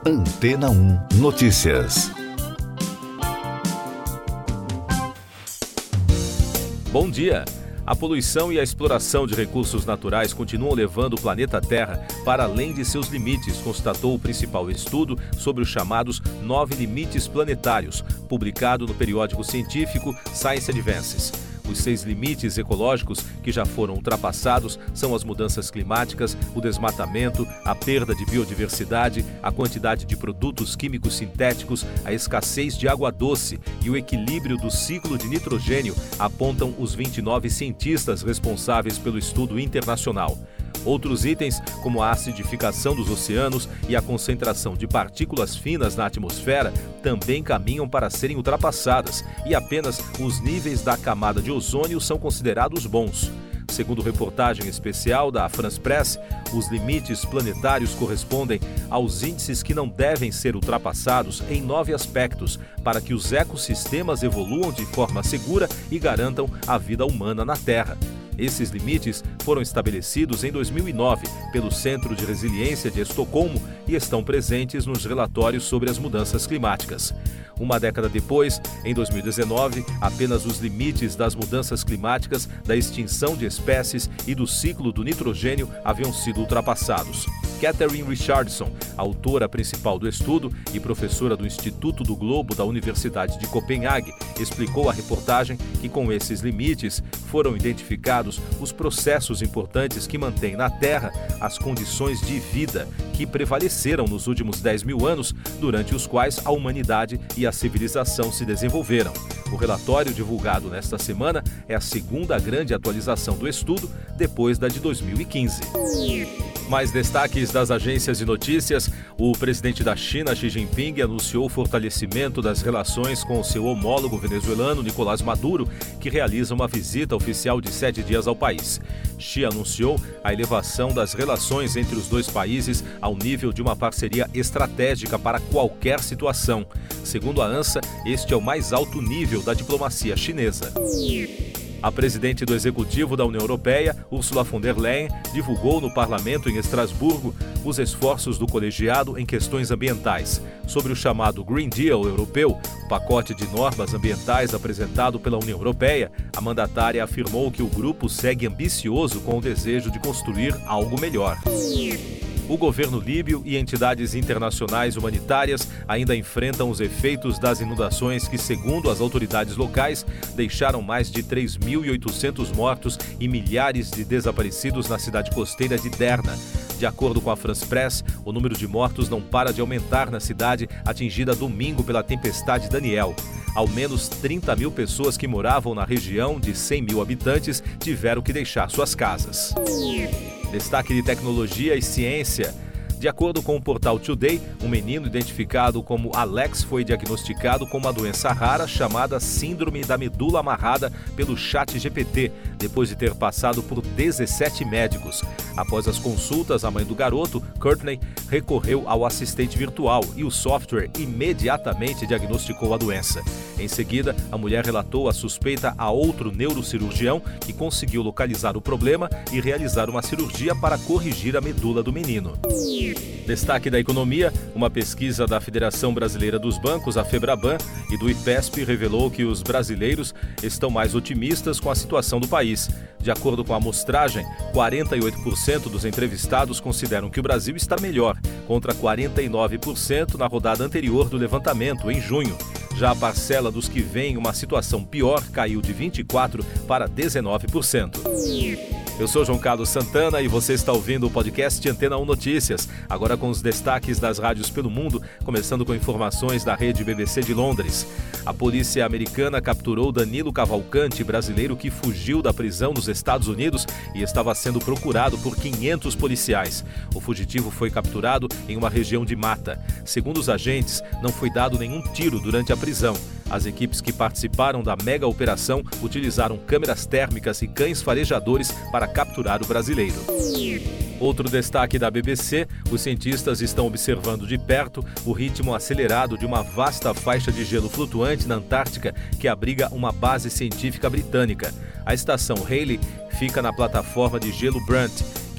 Antena 1 Notícias. Bom dia! A poluição e a exploração de recursos naturais continuam levando o planeta Terra para além de seus limites, constatou o principal estudo sobre os chamados 9 limites planetários, publicado no periódico científico Science Advances. Os 6 limites ecológicos que já foram ultrapassados são as mudanças climáticas, o desmatamento, a perda de biodiversidade, a quantidade de produtos químicos sintéticos, a escassez de água doce e o equilíbrio do ciclo de nitrogênio, apontam os 29 cientistas responsáveis pelo estudo internacional. Outros itens, como a acidificação dos oceanos e a concentração de partículas finas na atmosfera, também caminham para serem ultrapassadas e apenas os níveis da camada de ozônio são considerados bons. Segundo reportagem especial da France Press, os limites planetários correspondem aos índices que não devem ser ultrapassados em 9 aspectos para que os ecossistemas evoluam de forma segura e garantam a vida humana na Terra. Esses limites foram estabelecidos em 2009 pelo Centro de Resiliência de Estocolmo e estão presentes nos relatórios sobre as mudanças climáticas. Uma década depois, em 2019, apenas os limites das mudanças climáticas, da extinção de espécies e do ciclo do nitrogênio haviam sido ultrapassados. Catherine Richardson, autora principal do estudo e professora do Instituto do Globo da Universidade de Copenhague, explicou à reportagem que com esses limites foram identificados os processos importantes que mantêm na Terra as condições de vida que prevaleceram nos últimos 10 mil anos, durante os quais a humanidade e a civilização se desenvolveram. O relatório divulgado nesta semana é a segunda grande atualização do estudo, depois da de 2015. Mais destaques das agências de notícias: o presidente da China, Xi Jinping, anunciou o fortalecimento das relações com o seu homólogo venezuelano, Nicolás Maduro, que realiza uma visita oficial de 7 dias ao país. Xi anunciou a elevação das relações entre os dois países ao nível de uma parceria estratégica para qualquer situação. Segundo a ANSA, este é o mais alto nível da diplomacia chinesa. A presidente do Executivo da União Europeia, Ursula von der Leyen, divulgou no Parlamento em Estrasburgo os esforços do colegiado em questões ambientais. Sobre o chamado Green Deal europeu, o pacote de normas ambientais apresentado pela União Europeia, a mandatária afirmou que o grupo segue ambicioso com o desejo de construir algo melhor. O governo líbio e entidades internacionais humanitárias ainda enfrentam os efeitos das inundações que, segundo as autoridades locais, deixaram mais de 3.800 mortos e milhares de desaparecidos na cidade costeira de Derna. De acordo com a France Press, o número de mortos não para de aumentar na cidade atingida domingo pela tempestade Daniel. Ao menos 30 mil pessoas que moravam na região de 100 mil habitantes tiveram que deixar suas casas. Destaque de tecnologia e ciência. De acordo com o portal Today, um menino identificado como Alex foi diagnosticado com uma doença rara chamada Síndrome da Medula Amarrada pelo ChatGPT, depois de ter passado por 17 médicos. Após as consultas, a mãe do garoto, Courtney, recorreu ao assistente virtual e o software imediatamente diagnosticou a doença. Em seguida, a mulher relatou a suspeita a outro neurocirurgião que conseguiu localizar o problema e realizar uma cirurgia para corrigir a medula do menino. Destaque da economia: uma pesquisa da Federação Brasileira dos Bancos, a FEBRABAN, e do IPESP revelou que os brasileiros estão mais otimistas com a situação do país. De acordo com a amostragem, 48% dos entrevistados consideram que o Brasil está melhor, contra 49% na rodada anterior do levantamento, em junho. Já a parcela dos que veem uma situação pior caiu de 24% para 19%. Eu sou João Carlos Santana e você está ouvindo o podcast Antena 1 Notícias, agora com os destaques das rádios pelo mundo, começando com informações da rede BBC de Londres. A polícia americana capturou Danilo Cavalcante, brasileiro que fugiu da prisão nos Estados Unidos e estava sendo procurado por 500 policiais. O fugitivo foi capturado em uma região de mata. Segundo os agentes, não foi dado nenhum tiro durante a prisão. As equipes que participaram da mega operação utilizaram câmeras térmicas e cães farejadores para capturar o brasileiro. Outro destaque da BBC: os cientistas estão observando de perto o ritmo acelerado de uma vasta faixa de gelo flutuante na Antártica que abriga uma base científica britânica. A estação Halley fica na plataforma de gelo Brunt, que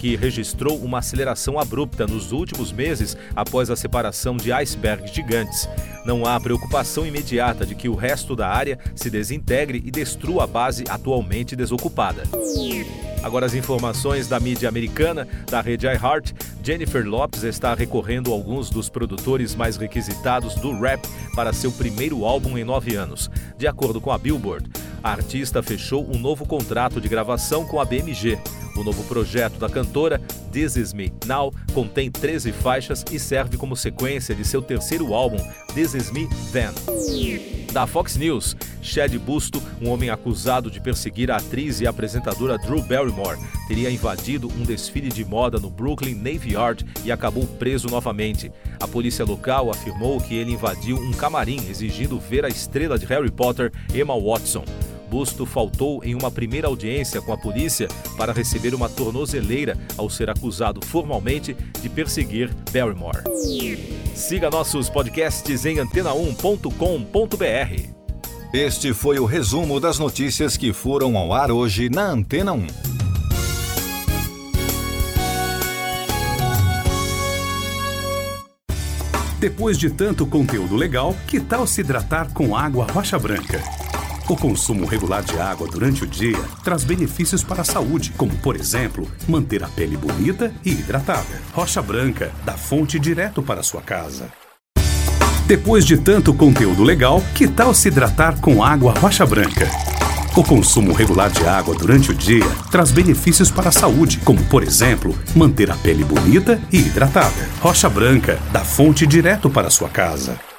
que registrou uma aceleração abrupta nos últimos meses após a separação de icebergs gigantes. Não há preocupação imediata de que o resto da área se desintegre e destrua a base atualmente desocupada. Agora as informações da mídia americana, da rede iHeart. Jennifer Lopez está recorrendo a alguns dos produtores mais requisitados do rap para seu primeiro álbum em 9 anos. De acordo com a Billboard, a artista fechou um novo contrato de gravação com a BMG. O novo projeto da cantora, This Is Me Now, contém 13 faixas e serve como sequência de seu terceiro álbum, This Is Me Then. Da Fox News, Chad Busto, um homem acusado de perseguir a atriz e apresentadora Drew Barrymore, teria invadido um desfile de moda no Brooklyn Navy Yard e acabou preso novamente. A polícia local afirmou que ele invadiu um camarim exigindo ver a estrela de Harry Potter, Emma Watson. Busto faltou em uma primeira audiência com a polícia para receber uma tornozeleira ao ser acusado formalmente de perseguir Barrymore. Siga nossos podcasts em antena1.com.br. Este foi o resumo das notícias que foram ao ar hoje na Antena 1. Depois de tanto conteúdo legal, que tal se hidratar com água Rocha Branca? O consumo regular de água durante o dia traz benefícios para a saúde, como, por exemplo, manter a pele bonita e hidratada. Rocha Branca, da fonte direto para a sua casa. Depois de tanto conteúdo legal, que tal se hidratar com água Rocha Branca? O consumo regular de água durante o dia traz benefícios para a saúde, como, por exemplo, manter a pele bonita e hidratada. Rocha Branca, da fonte direto para a sua casa.